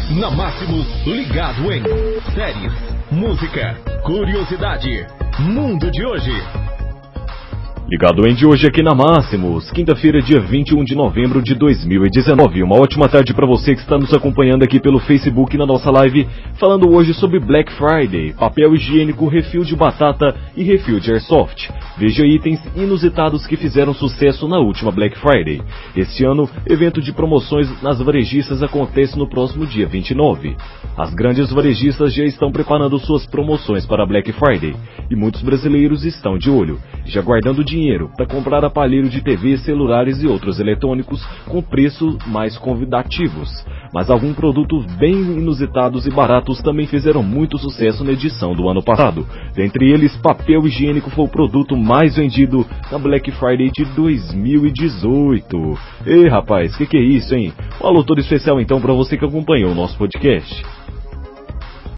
Na Máximos, ligado em séries, música, curiosidade, mundo de hoje. Ligado em de hoje aqui na Máximos, quinta-feira, dia 21 de novembro de 2019. Uma ótima tarde para você que está nos acompanhando aqui pelo Facebook na nossa live, falando hoje sobre Black Friday, papel higiênico, refil de batata e refil de airsoft. Veja itens inusitados que fizeram sucesso na última Black Friday. Este ano, evento de promoções nas varejistas acontece no próximo dia 29. As grandes varejistas já estão preparando suas promoções para Black Friday e muitos brasileiros estão de olho, já guardando dinheiro para comprar aparelho de TV, celulares e outros eletrônicos com preços mais convidativos. Mas alguns produtos bem inusitados e baratos também fizeram muito sucesso na edição do ano passado. Dentre eles, papel higiênico foi o produto mais vendido na Black Friday de 2018. Ei, rapaz, que é isso, hein? Um alô todo especial então para você que acompanhou o nosso podcast.